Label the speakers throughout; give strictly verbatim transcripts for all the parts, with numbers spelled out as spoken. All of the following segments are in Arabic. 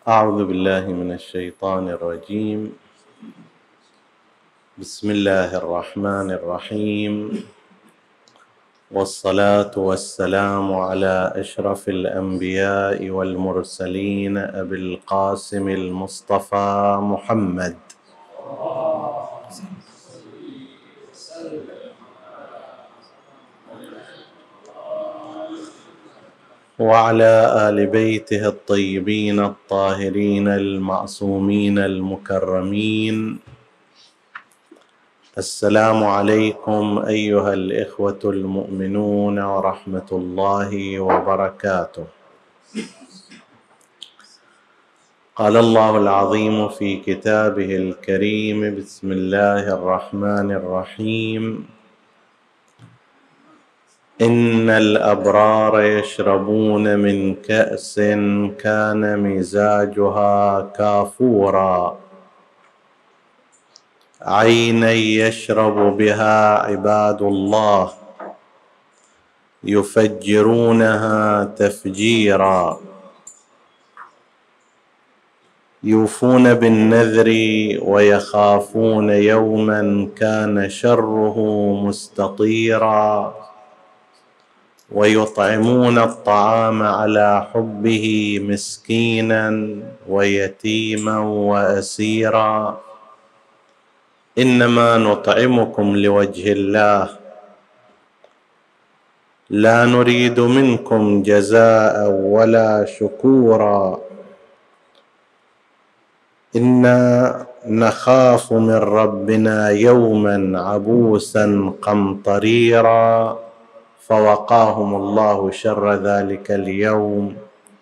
Speaker 1: أعوذ بالله من الشيطان الرجيم. بسم الله الرحمن الرحيم، والصلاة والسلام على أشرف الأنبياء والمرسلين أبي القاسم المصطفى محمد وعلى آل بيته الطيبين الطاهرين المعصومين المكرمين. السلام عليكم أيها الإخوة المؤمنون ورحمة الله وبركاته. قال الله العظيم في كتابه الكريم: بسم الله الرحمن الرحيم: إن الأبرار يشربون من كأس كان مزاجها كافورا عينا يشرب بها عباد الله يفجرونها تفجيرا يوفون بالنذر ويخافون يوما كان شره مستطيرا ويطعمون الطعام على حبه مسكينا ويتيما وأسيرا إنما نطعمكم لوجه الله لا نريد منكم جزاء ولا شكورا إنا نخاف من ربنا يوما عبوسا قمطريرا فوقاهم الله شر ذلك اليوم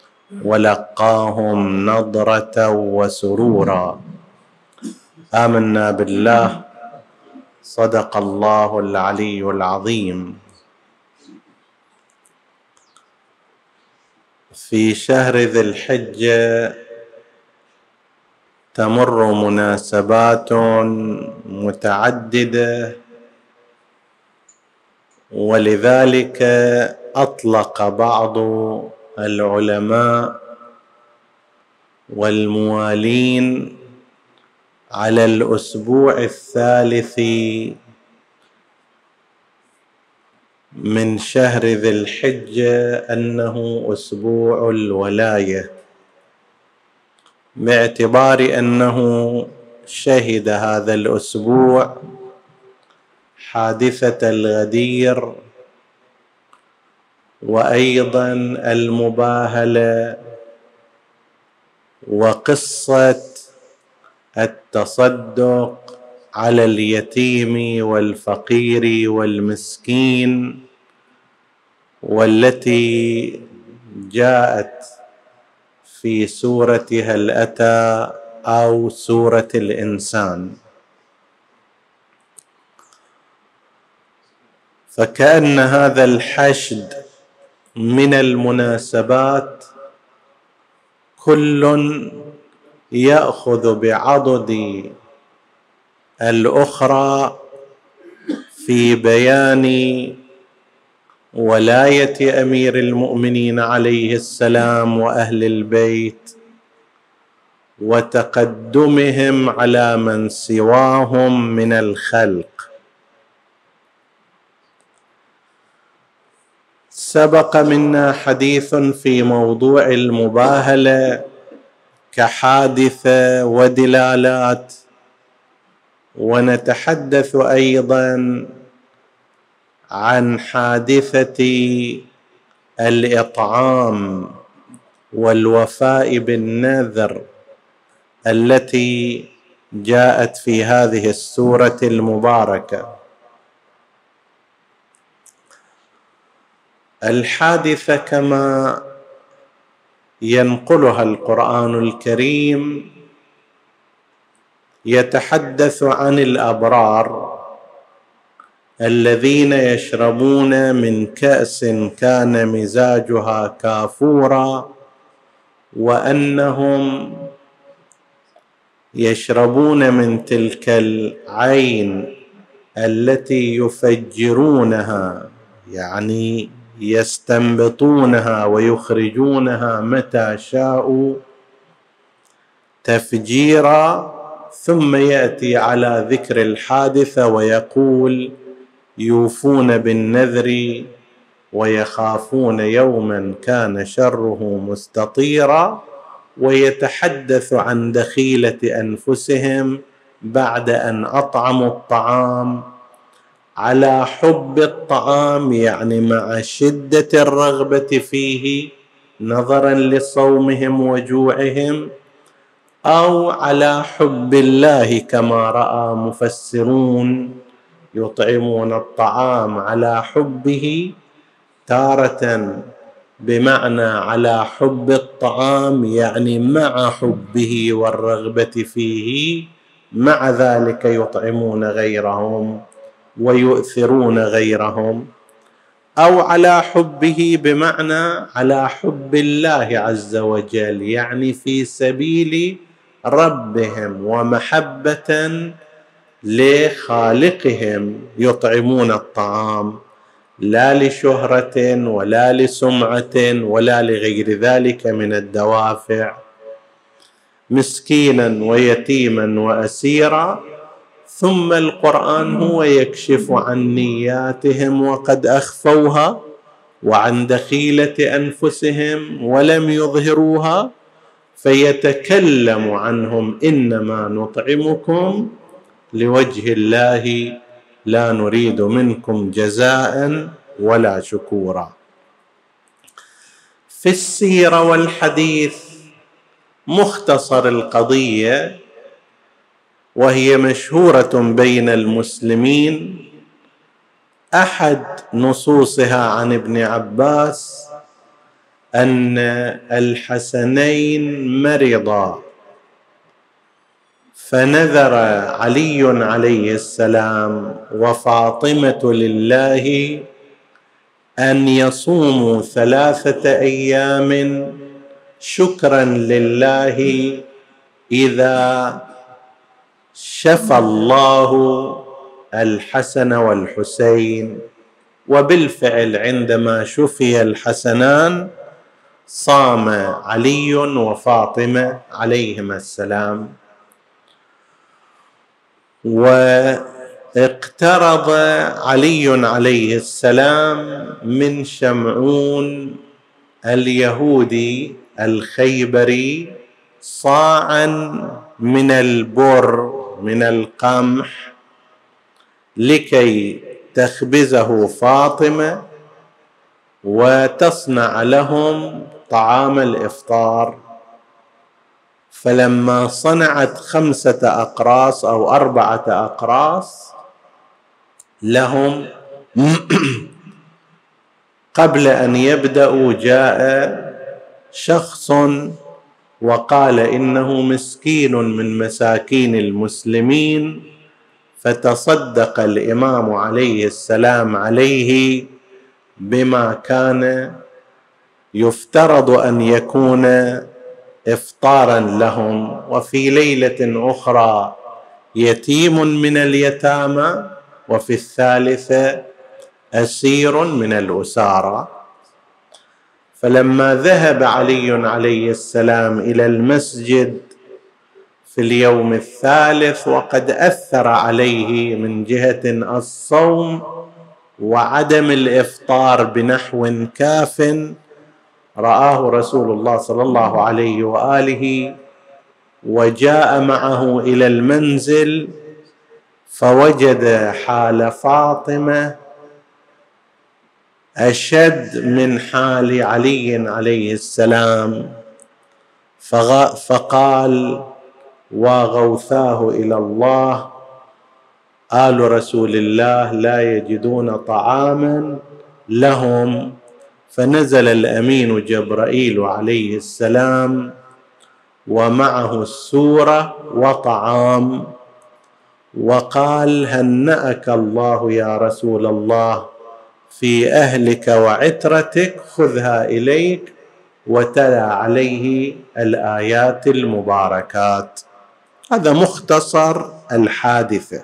Speaker 1: ولقاهم نضرة وسرورا. آمنا بالله، صدق الله العلي العظيم. في شهر ذي الحجة تمر مناسبات متعددة، ولذلك أطلق بعض العلماء والموالين على الأسبوع الثالث من شهر ذي الحجة أنه أسبوع الولاية، باعتبار أنه شهد هذا الأسبوع حادثة الغدير وأيضا المباهلة وقصة التصدق على اليتيم والفقير والمسكين، والتي جاءت في سورة هل أتى أو سورة الإنسان. فكأن هذا الحشد من المناسبات كل يأخذ بعضد الأخرى في بيان ولاية أمير المؤمنين عليه السلام وأهل البيت وتقدمهم على من سواهم من الخلق. سبق منا حديث في موضوع المباهلة كحادثة ودلالات، ونتحدث أيضا عن حادثة الإطعام والوفاء بالنذر التي جاءت في هذه السورة المباركة. الحادثة كما ينقلها القرآن الكريم يتحدث عن الأبرار الذين يشربون من كأس كان مزاجها كافورا، وأنهم يشربون من تلك العين التي يفجرونها، يعني يستنبطونها ويخرجونها متى شاءوا تفجيرا، ثم يأتي على ذكر الحادثة ويقول يوفون بالنذر ويخافون يوما كان شره مستطيرا، ويتحدث عن دخيلة أنفسهم بعد أن أطعموا الطعام على حب الطعام، يعني مع شدة الرغبة فيه نظرا لصومهم وجوعهم، أو على حب الله كما رأى مفسرون يطعمون الطعام على حبه، تارة بمعنى على حب الطعام يعني مع حبه والرغبة فيه، مع ذلك يطعمون غيرهم ويؤثرون غيرهم، أو على حبه بمعنى على حب الله عز وجل، يعني في سبيل ربهم ومحبة لخالقهم يطعمون الطعام، لا لشهرة ولا لسمعة ولا لغير ذلك من الدوافع. مسكينا ويتيما وأسيرا، ثم القرآن هو يكشف عن نياتهم وقد أخفوها، وعن دخيلة أنفسهم ولم يظهروها، فيتكلم عنهم إنما نطعمكم لوجه الله لا نريد منكم جزاء ولا شكورا. في السيرة والحديث مختصر القضية، وهي مشهورة بين المسلمين، أحد نصوصها عن ابن عباس أن الحسنين مرضا، فنذر علي عليه السلام وفاطمة لله أن يصوموا ثلاثة أيام شكرا لله إذا شفى الله الحسن والحسين. وبالفعل عندما شفي الحسنان صام علي وفاطمة عليهما السلام. واقترض علي عليه السلام من شمعون اليهودي الخيبري صاعا من البر من القمح لكي تخبزه فاطمة وتصنع لهم طعام الإفطار. فلما صنعت خمسة أقراص أو أربعة أقراص لهم قبل أن يبدأوا جاء شخص وقال إنه مسكين من مساكين المسلمين، فتصدق الإمام عليه السلام عليه بما كان يفترض أن يكون إفطارا لهم. وفي ليلة أخرى يتيم من اليتامى، وفي الثالثة أسير من الأسارى. فلما ذهب علي عليه السلام إلى المسجد في اليوم الثالث وقد أثر عليه من جهة الصوم وعدم الإفطار بنحو كاف، رآه رسول الله صلى الله عليه وآله وجاء معه إلى المنزل، فوجد حال فاطمة أشد من حال علي عليه السلام، فقال وغوثاه إلى الله آل رسول الله لا يجدون طعاما لهم. فنزل الأمين جبرائيل عليه السلام ومعه السورة وطعام، وقال هنأك الله يا رسول الله في أهلك وعترتك، خذها إليك، وتلا عليه الآيات المباركات. هذا مختصر الحادثة.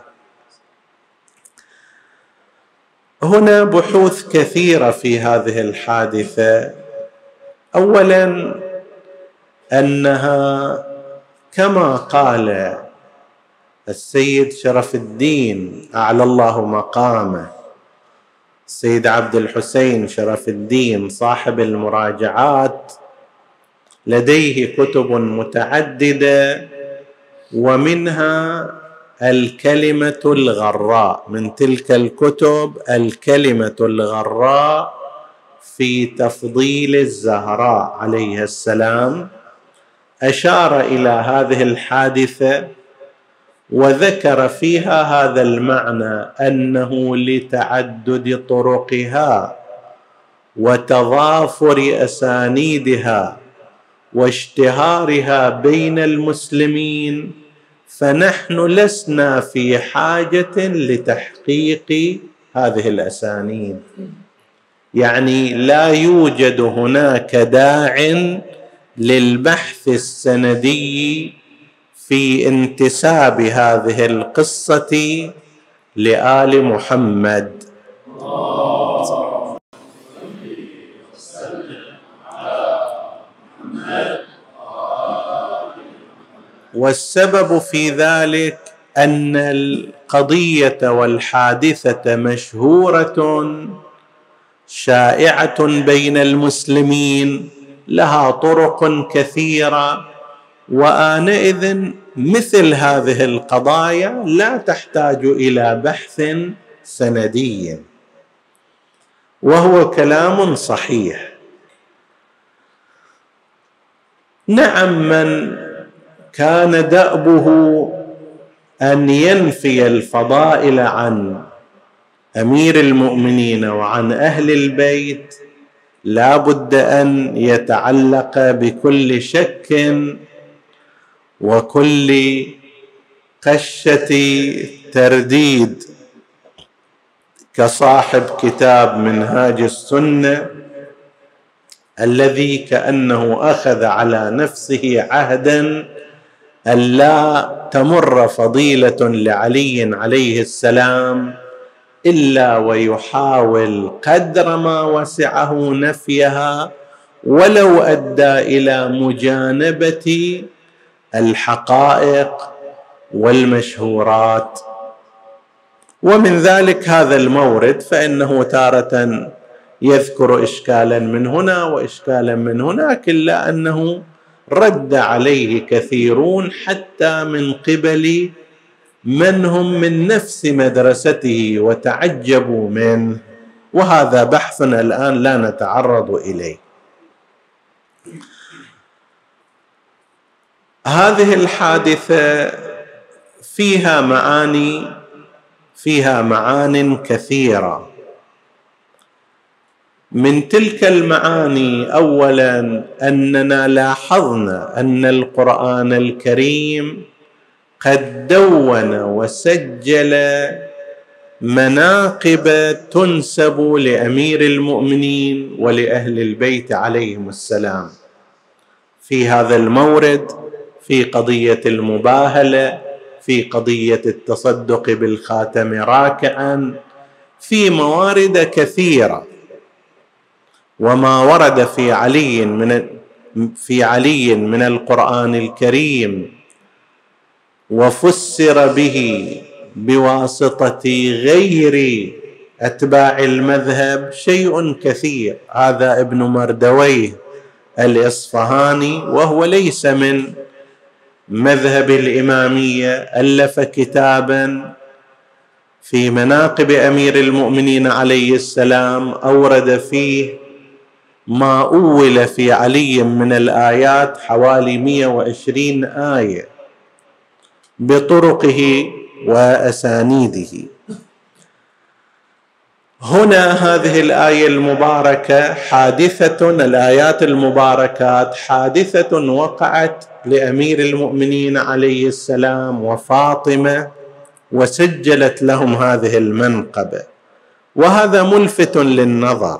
Speaker 1: هنا بحوث كثيرة في هذه الحادثة. أولا أنها كما قال السيد شرف الدين أعلى الله مقامه، السيد عبد الحسين شرف الدين صاحب المراجعات لديه كتب متعددة، ومنها الكلمة الغراء، من تلك الكتب الكلمة الغراء في تفضيل الزهراء عليه السلام. أشار إلى هذه الحادثة وذكر فيها هذا المعنى، أنه لتعدد طرقها وتضافر أسانيدها واشتهارها بين المسلمين، فنحن لسنا في حاجة لتحقيق هذه الأسانيد. يعني لا يوجد هناك داع للبحث السندي في انتساب هذه القصة لآل محمد. والسبب في ذلك أن القضية والحادثة مشهورة شائعة بين المسلمين، لها طرق كثيرة، وآنئذ مثل هذه القضايا لا تحتاج إلى بحث سندي، وهو كلام صحيح. نعم، من كان دأبه أن ينفي الفضائل عن أمير المؤمنين وعن أهل البيت لا بد أن يتعلق بكل شك وكل قشة ترديد، كصاحب كتاب منهاج السنة الذي كأنه أخذ على نفسه عهدا أن لا تمر فضيلة لعلي عليه السلام إلا ويحاول قدر ما وسعه نفيها، ولو أدى إلى مجانبة الحقائق والمشهورات. ومن ذلك هذا المورد، فإنه تارة يذكر إشكالا من هنا وإشكالا من هناك، إلا أنه رد عليه كثيرون حتى من قبل من هم من نفس مدرسته وتعجبوا منه، وهذا بحثنا الآن لا نتعرض إليه. هذه الحادثة فيها معاني فيها معان كثيرة. من تلك المعاني أولا أننا لاحظنا أن القرآن الكريم قد دون وسجل مناقب تنسب لأمير المؤمنين ولأهل البيت عليهم السلام في هذا المورد، في قضية المباهلة، في قضية التصدق بالخاتم راكعا، في موارد كثيرة. وما ورد في علي من في علي من القرآن الكريم وفسر به بواسطة غير أتباع المذهب شيء كثير. هذا ابن مردويه الإصفهاني، وهو ليس من مذهب الإمامية، ألف كتابا في مناقب أمير المؤمنين عليه السلام، أورد فيه ما أول في علي من الآيات حوالي مئة وعشرين آية بطرقه وأسانيده. هنا هذه الآية المباركة حادثة، الآيات المباركات حادثة وقعت لأمير المؤمنين عليه السلام وفاطمة، وسجلت لهم هذه المنقبة، وهذا ملفت للنظر.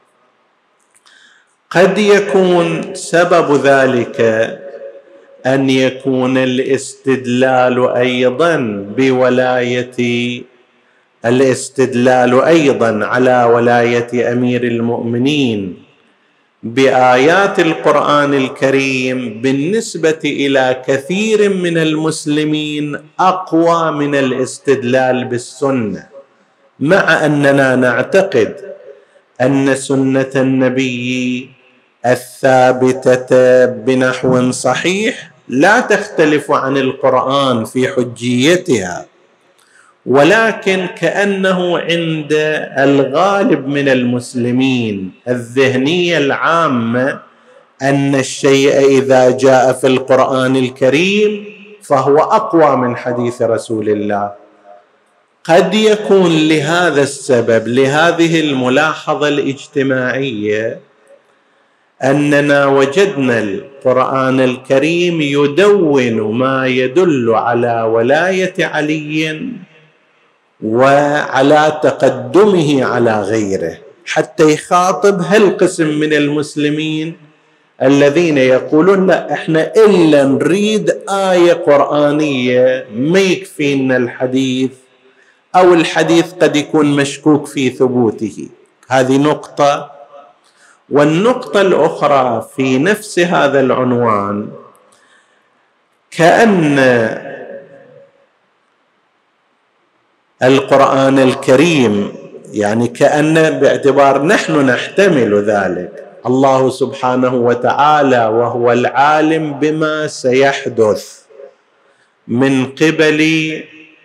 Speaker 1: قد يكون سبب ذلك أن يكون الاستدلال أيضا بولاية الاستدلال أيضا على ولاية أمير المؤمنين بآيات القرآن الكريم بالنسبة إلى كثير من المسلمين أقوى من الاستدلال بالسنة، مع أننا نعتقد أن سنة النبي الثابتة بنحو صحيح لا تختلف عن القرآن في حجيتها، ولكن كأنه عند الغالب من المسلمين الذهنية العامة أن الشيء إذا جاء في القرآن الكريم فهو أقوى من حديث رسول الله. قد يكون لهذا السبب، لهذه الملاحظة الاجتماعية، أننا وجدنا القرآن الكريم يدون ما يدل على ولاية علي وعلى تقدمه على غيره، حتى يخاطب هالقسم من المسلمين الذين يقولون لا احنا إلا نريد آية قرآنية، ما يكفينا الحديث، أو الحديث قد يكون مشكوك في ثبوته. هذه نقطة. والنقطة الأخرى في نفس هذا العنوان، كأن القرآن الكريم، يعني كأن باعتبار نحن نحتمل ذلك، الله سبحانه وتعالى وهو العالم بما سيحدث من قبل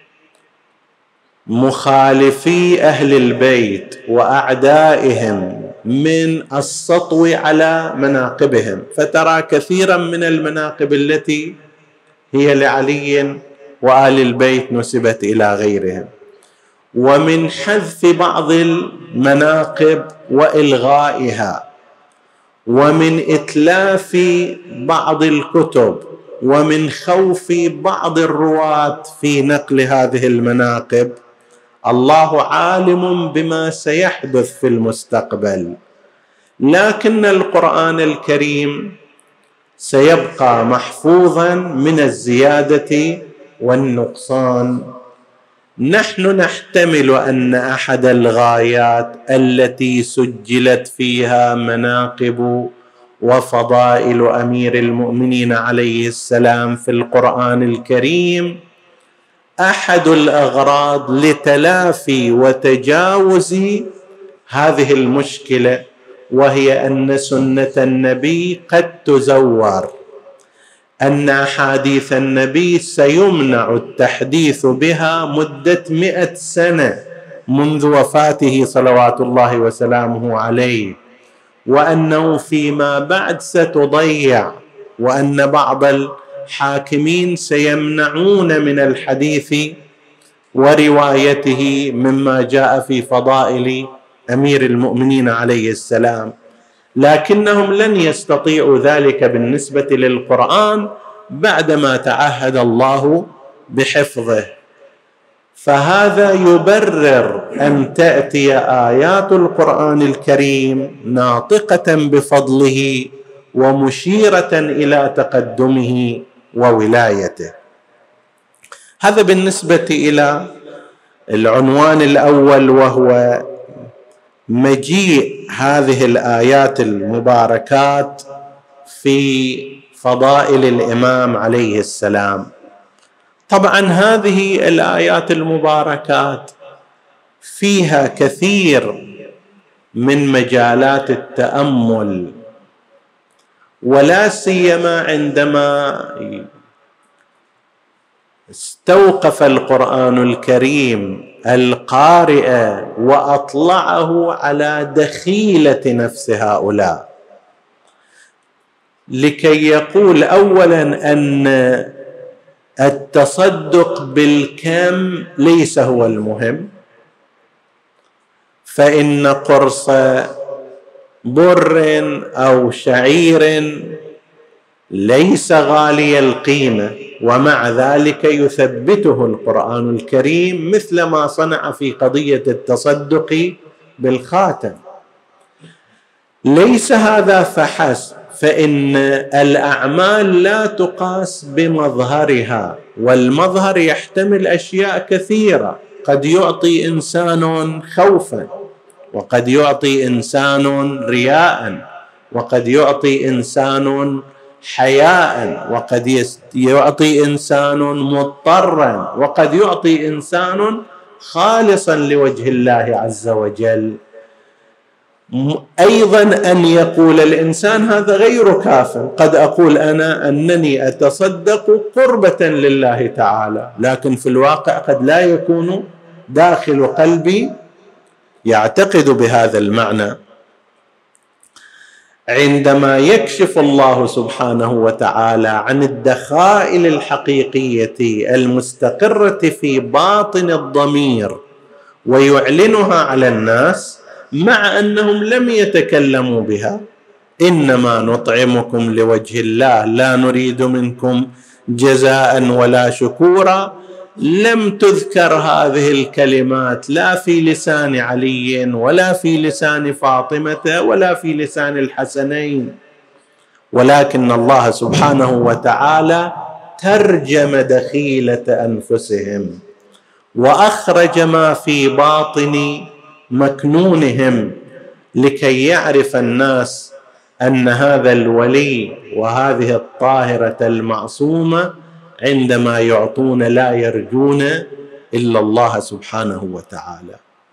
Speaker 1: مخالفي أهل البيت وأعدائهم من السطو على مناقبهم، فترى كثيرا من المناقب التي هي لعلي وآل البيت نسبت إلى غيرهم، ومن حذف بعض المناقب وإلغائها، ومن إتلاف بعض الكتب، ومن خوف بعض الرواة في نقل هذه المناقب. الله عالم بما سيحدث في المستقبل، لكن القرآن الكريم سيبقى محفوظا من الزيادة والنقصان. نحن نحتمل أن أحد الغايات التي سجلت فيها مناقب وفضائل أمير المؤمنين عليه السلام في القرآن الكريم، أحد الأغراض لتلافي وتجاوز هذه المشكلة، وهي أن سنة النبي قد تزور، أن أحاديث النبي سيمنع التحديث بها مدة مئة سنة منذ وفاته صلوات الله وسلامه عليه، وأنه فيما بعد ستضيع، وأن بعض الحاكمين سيمنعون من الحديث وروايته مما جاء في فضائل أمير المؤمنين عليه السلام، لكنهم لن يستطيعوا ذلك بالنسبة للقرآن بعدما تعهد الله بحفظه. فهذا يبرر أن تأتي آيات القرآن الكريم ناطقة بفضله ومشيرة إلى تقدمه وولايته. هذا بالنسبة إلى العنوان الأول، وهو مجيء هذه الآيات المباركات في فضائل الإمام عليه السلام. طبعا هذه الآيات المباركات فيها كثير من مجالات التأمل، ولا سيما عندما استوقف القرآن الكريم القارئ وأطلعه على دخيلة نفس هؤلاء، لكي يقول أولا أن التصدق بالكم ليس هو المهم، فإن قرص بر أو شعير ليس غالي القيمة، ومع ذلك يثبته القرآن الكريم مثل ما صنع في قضية التصدق بالخاتم. ليس هذا فحسب، فإن الأعمال لا تقاس بمظهرها، والمظهر يحتمل أشياء كثيرة، قد يعطي إنسان خوفا، وقد يعطي إنسان رياء، وقد يعطي إنسان حياء، وقد يعطي إنسان مضطرا، وقد يعطي إنسان خالصا لوجه الله عز وجل. أيضا أن يقول الإنسان هذا غير كاف، قد أقول أنا أنني أتصدق قربة لله تعالى، لكن في الواقع قد لا يكون داخل قلبي يعتقد بهذا المعنى. عندما يكشف الله سبحانه وتعالى عن الدخائل الحقيقية المستقرة في باطن الضمير ويعلنها على الناس مع أنهم لم يتكلموا بها، إنما نطعمكم لوجه الله لا نريد منكم جزاء ولا شكورا، لم تذكر هذه الكلمات لا في لسان علي ولا في لسان فاطمة ولا في لسان الحسنين، ولكن الله سبحانه وتعالى ترجم دخيلة أنفسهم وأخرج ما في باطن مكنونهم لكي يعرف الناس أن هذا الولي وهذه الطاهرة المعصومة عندما يعطون لا يرجون إلا الله سبحانه وتعالى.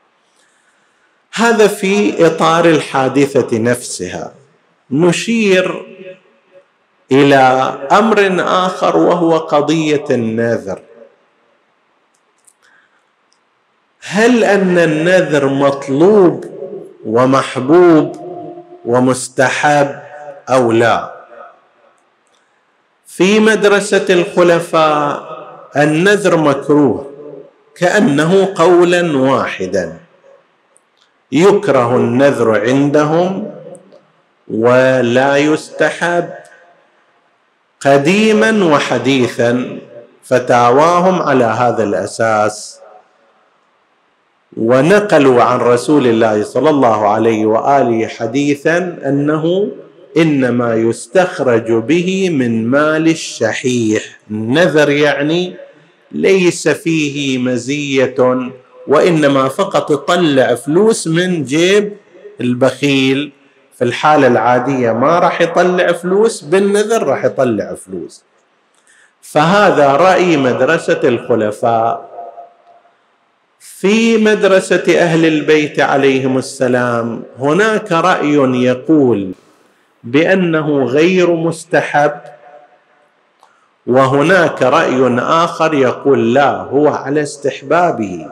Speaker 1: هذا في إطار الحادثة نفسها. نشير إلى أمر آخر وهو قضية النذر. هل أن النذر مطلوب ومحبوب ومستحب أو لا؟ في مدرسة الخلفاء النذر مكروه كأنه قولا واحدا، يكره النذر عندهم ولا يستحب قديما وحديثا، فتاواهم على هذا الأساس، ونقلوا عن رسول الله صلى الله عليه وآله حديثا أنه إنما يستخرج به من مال الشحيح. النذر يعني ليس فيه مزية، وإنما فقط يطلع فلوس من جيب البخيل. في الحالة العادية ما راح يطلع فلوس، بالنذر راح يطلع فلوس. فهذا رأي مدرسة الخلفاء. في مدرسة أهل البيت عليهم السلام هناك رأي يقول بأنه غير مستحب، وهناك رأي آخر يقول لا، هو على استحبابه.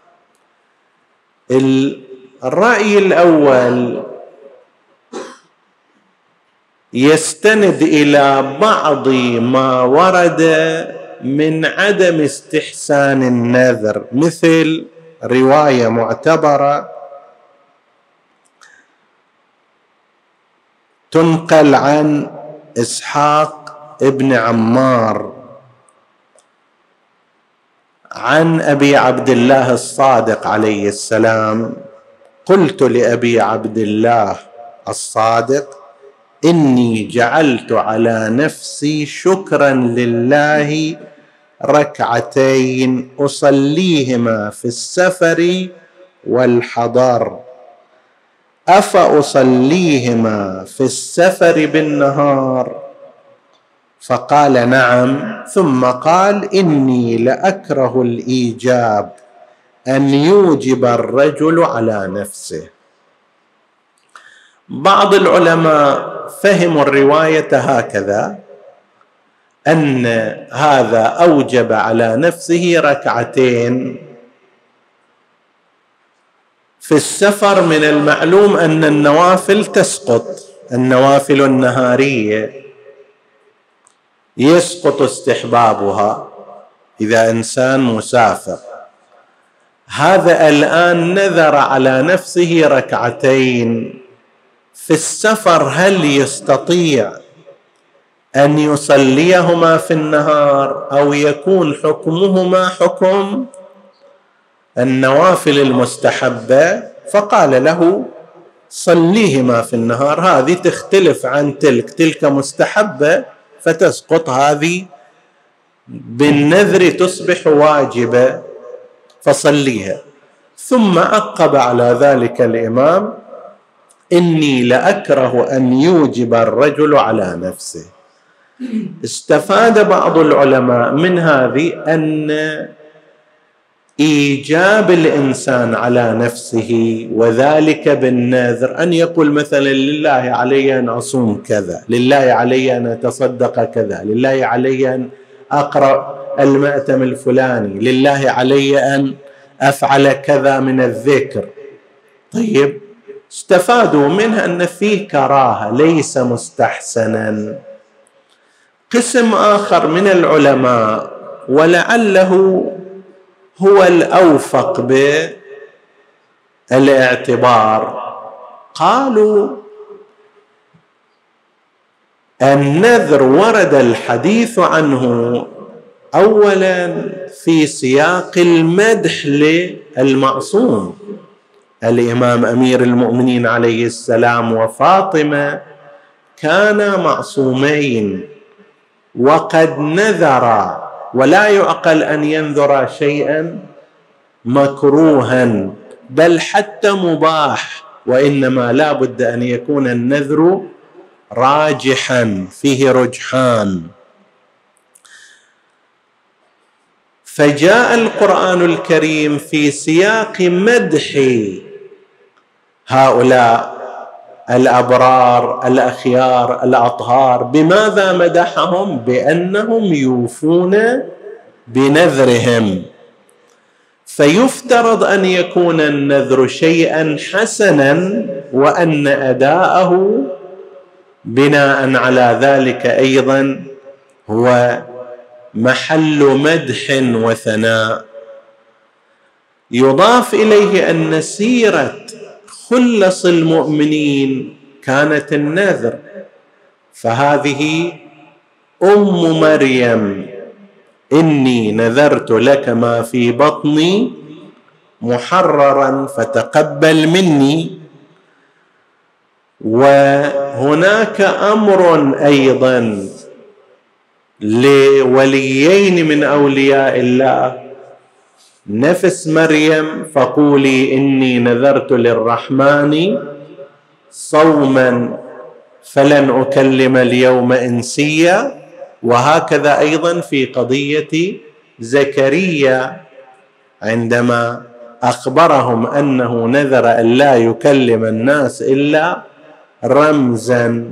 Speaker 1: الرأي الأول يستند إلى بعض ما ورد من عدم استحسان النذر، مثل رواية معتبرة تنقل عن إسحاق ابن عمار عن أبي عبد الله الصادق عليه السلام: قلت لأبي عبد الله الصادق: إني جعلت على نفسي شكرا لله ركعتين أصليهما في السفر والحضر، أفأصليهما في السفر بالنهار؟ فقال نعم، ثم قال: إني لأكره الإيجاب، أن يوجب الرجل على نفسه. بعض العلماء فهموا الرواية هكذا، أن هذا أوجب على نفسه ركعتين في السفر. من المعلوم أن النوافل تسقط، النوافل النهارية يسقط استحبابها إذا إنسان مسافر. هذا الآن نذر على نفسه ركعتين في السفر، هل يستطيع أن يصليهما في النهار أو يكون حكمهما حكم النوافل المستحبة؟ فقال له: صليهما في النهار، هذه تختلف عن تلك، تلك مستحبة فتسقط، هذه بالنذر تصبح واجبة فصليها. ثم عقب على ذلك الإمام: إني لأكره أن يوجب الرجل على نفسه. استفاد بعض العلماء من هذه أن إيجاب الإنسان على نفسه وذلك بالنذر، أن يقول مثلا لله علي أن أصوم كذا، لله علي أن أتصدق كذا، لله علي أن أقرأ المأتم الفلاني، لله علي أن أفعل كذا من الذكر. طيب، استفادوا منها أن فيه كراهة، ليس مستحسنا. قسم آخر من العلماء ولعله هو الأوفق بالاعتبار، قالوا النذر ورد الحديث عنه أولا في سياق المدح للمعصوم. الإمام أمير المؤمنين عليه السلام وفاطمة كانا معصومين وقد نذرا، ولا يعقل أن ينذر شيئا مكروها بل حتى مباح، وإنما لا بد أن يكون النذر راجحا فيه رجحان. فجاء القرآن الكريم في سياق مدح هؤلاء الأبرار الأخيار الأطهار. بماذا مدحهم؟ بأنهم يوفون بنذرهم. فيفترض أن يكون النذر شيئا حسنا، وأن أداءه بناء على ذلك أيضا هو محل مدح وثناء. يضاف إليه أن سيرة خلص المؤمنين كانت النذر، فهذه أم مريم إني نذرت لك ما في بطني محررا فتقبل مني. وهناك أمر أيضا لوليين من أولياء الله، نفس مريم فقولي إني نذرت للرحمن صوما فلن أكلم اليوم إنسيا. وهكذا أيضا في قضية زكريا عندما أخبرهم أنه نذر أن لا يكلم الناس إلا رمزا.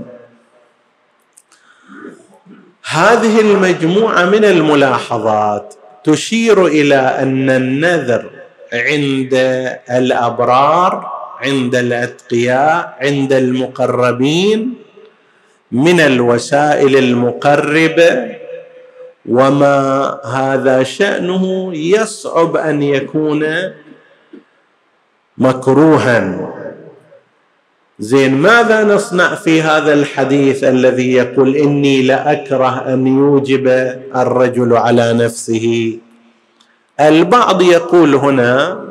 Speaker 1: هذه المجموعة من الملاحظات تشير إلى أن النذر عند الأبرار، عند الأتقياء، عند المقربين من الوسائل المقربة، وما هذا شأنه يصعب أن يكون مكروها. زين، ماذا نصنع في هذا الحديث الذي يقول إني لأكره أن يوجب الرجل على نفسه؟ البعض يقول هنا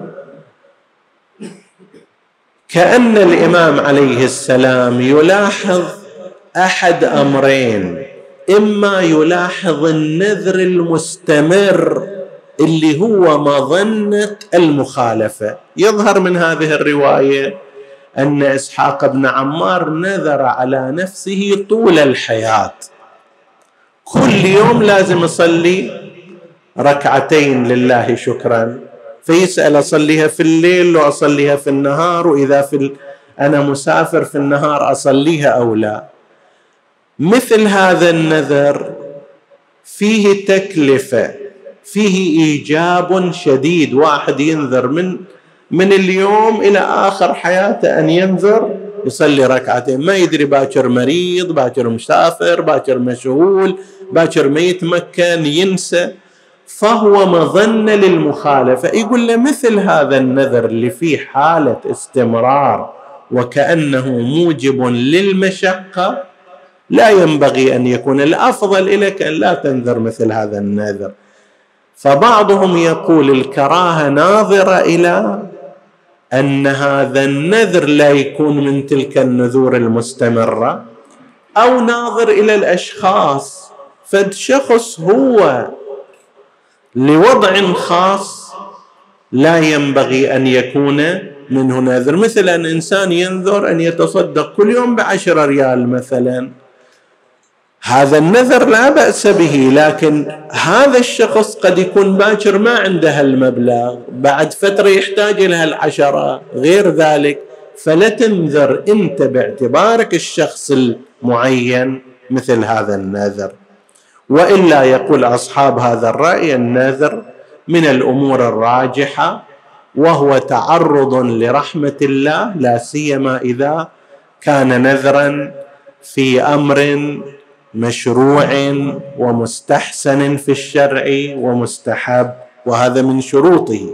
Speaker 1: كأن الإمام عليه السلام يلاحظ أحد أمرين: إما يلاحظ النذر المستمر اللي هو مظنة المخالفة. يظهر من هذه الرواية أن إسحاق بن عمار نذر على نفسه طول الحياة كل يوم لازم يصلي ركعتين لله شكرا، فيسأل أصليها في الليل وأصليها في النهار، وإذا في ال... أنا مسافر في النهار أصليها أو لا. مثل هذا النذر فيه تكلفة، فيه إيجاب شديد. واحد ينذر من من اليوم إلى آخر حياته أن ينذر يصلي ركعتين، ما يدري باكر مريض، باكر مسافر، باكر مشغول، باكر ما يتمكن، ينسى، فهو مظنة للمخالفة. يقول له مثل هذا النذر اللي فيه حالة استمرار وكأنه موجب للمشقة لا ينبغي أن يكون، الأفضل لك أن لا تنذر مثل هذا النذر. فبعضهم يقول الكراهة ناظرة إلى أن هذا النذر لا يكون من تلك النذور المستمرة، أو ناظر إلى الأشخاص، فالشخص هو لوضع خاص لا ينبغي أن يكون منه نذر، مثل أن إنسان ينذر أن يتصدق كل يوم بعشرة ريال مثلا، هذا النذر لا بأس به، لكن هذا الشخص قد يكون باكر ما عنده المبلغ، بعد فترة يحتاج إلى العشرة غير ذلك، فلا تنذر أنت باعتبارك الشخص المعين مثل هذا النذر. وإلا يقول أصحاب هذا الرأي النذر من الأمور الراجحة، وهو تعرض لرحمة الله، لا سيما إذا كان نذرا في أمر مشروع ومستحسن في الشرع ومستحب، وهذا من شروطه.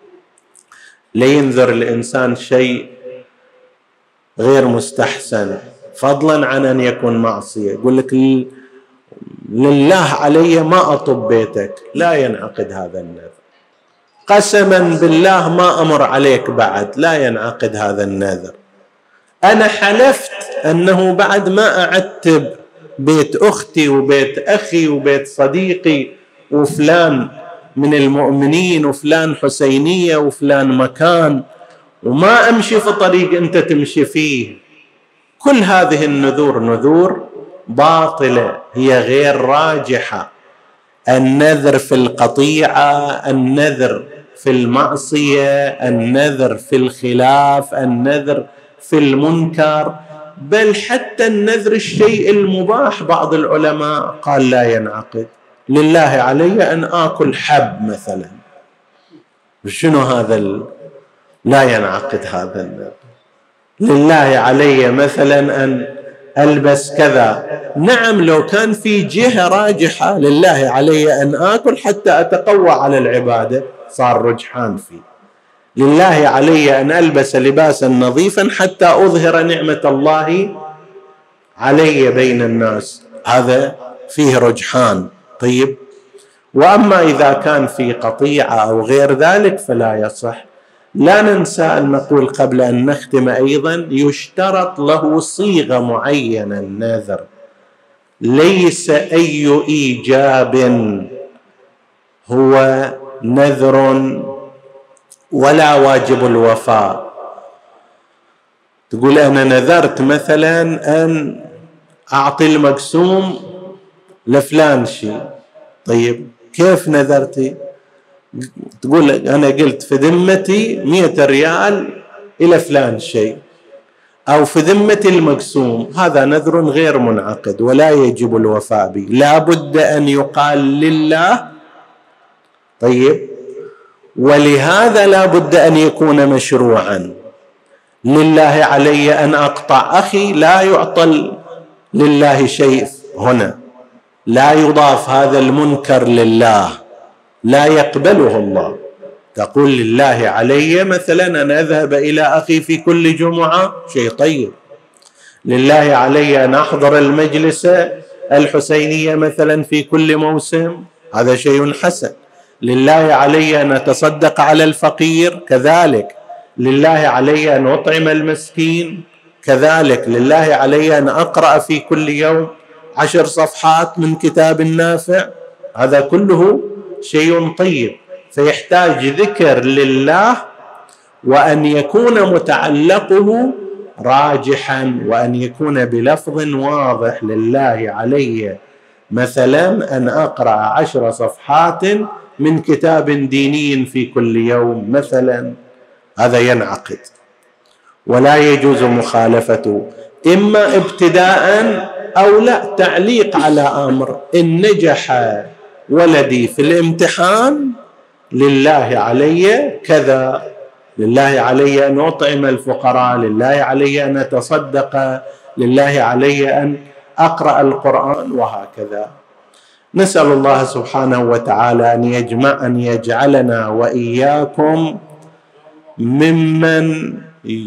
Speaker 1: لينذر الإنسان شيء غير مستحسن فضلا عن أن يكون معصية، يقول لك لله علي ما أطب بيتك، لا ينعقد هذا النذر. قسما بالله ما أمر عليك بعد، لا ينعقد هذا النذر. أنا حلفت أنه بعد ما أعتب بيت أختي وبيت أخي وبيت صديقي وفلان من المؤمنين وفلان حسينية وفلان مكان، وما أمشي في طريق أنت تمشي فيه. كل هذه النذور نذور باطلة، هي غير راجحة. النذر في القطيعة، النذر في المعصية، النذر في الخلاف، النذر في المنكر، بل حتى النذر الشيء المباح بعض العلماء قال لا ينعقد. لله علي أن آكل حب مثلا، شنو هذا ال... لا ينعقد هذا النذر. لله علي مثلا أن ألبس كذا، نعم لو كان في جهة راجحة لله علي أن آكل حتى أتقوى على العبادة صار رجحان فيه. لله علي أن ألبس لباسا نظيفا حتى أظهر نعمة الله علي بين الناس، هذا فيه رجحان. طيب، وأما إذا كان في قطيعة أو غير ذلك فلا يصح. لا ننسى أن نقول قبل أن نختم أيضا يشترط له صيغة معينة النذر، ليس أي إيجاب هو نذر ولا واجب الوفاء. تقول أنا نذرت مثلا أن أعطي المقسوم لفلان شيء، طيب كيف نذرتي؟ تقول أنا قلت في ذمتي مئة ريال إلى فلان شيء، أو في ذمتي المقسوم، هذا نذر غير منعقد ولا يجب الوفاء به، لا بد أن يقال لله. طيب، ولهذا لا بد أن يكون مشروعا. لله علي أن أقطع أخي، لا يعطى لله شيء هنا، لا يضاف هذا المنكر لله، لا يقبله الله. تقول لله علي مثلا أن أذهب إلى أخي في كل جمعة، شيء طيب. لله علي أن أحضر المجلس الحسينية مثلا في كل موسم، هذا شيء حسن. لله علي أن أتصدق على الفقير، كذلك. لله علي أن أطعم المسكين، كذلك. لله علي أن أقرأ في كل يوم عشر صفحات من كتاب نافع، هذا كله شيء طيب. فيحتاج ذكر لله، وأن يكون متعلقه راجحا، وأن يكون بلفظ واضح. لله علي مثلا أن أقرأ عشر صفحات من كتاب ديني في كل يوم مثلا، هذا ينعقد ولا يجوز مخالفته، إما ابتداء أو لا تعليق على أمر. إن نجح ولدي في الامتحان لله علي كذا، لله علي أن أطعم الفقراء، لله علي أن أتصدق، لله علي أن أقرأ القرآن، وهكذا. نسأل الله سبحانه وتعالى أن يجمع أن يجعلنا وإياكم ممن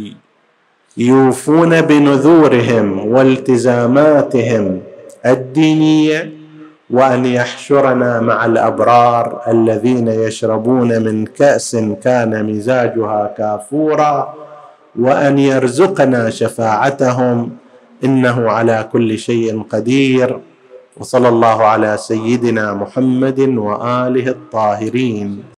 Speaker 1: يوفون بنذورهم والتزاماتهم الدينية، وأن يحشرنا مع الأبرار الذين يشربون من كأس كان مزاجها كافورا، وأن يرزقنا شفاعتهم، إنه على كل شيء قدير. وصلى الله على سيدنا محمد وآله الطاهرين.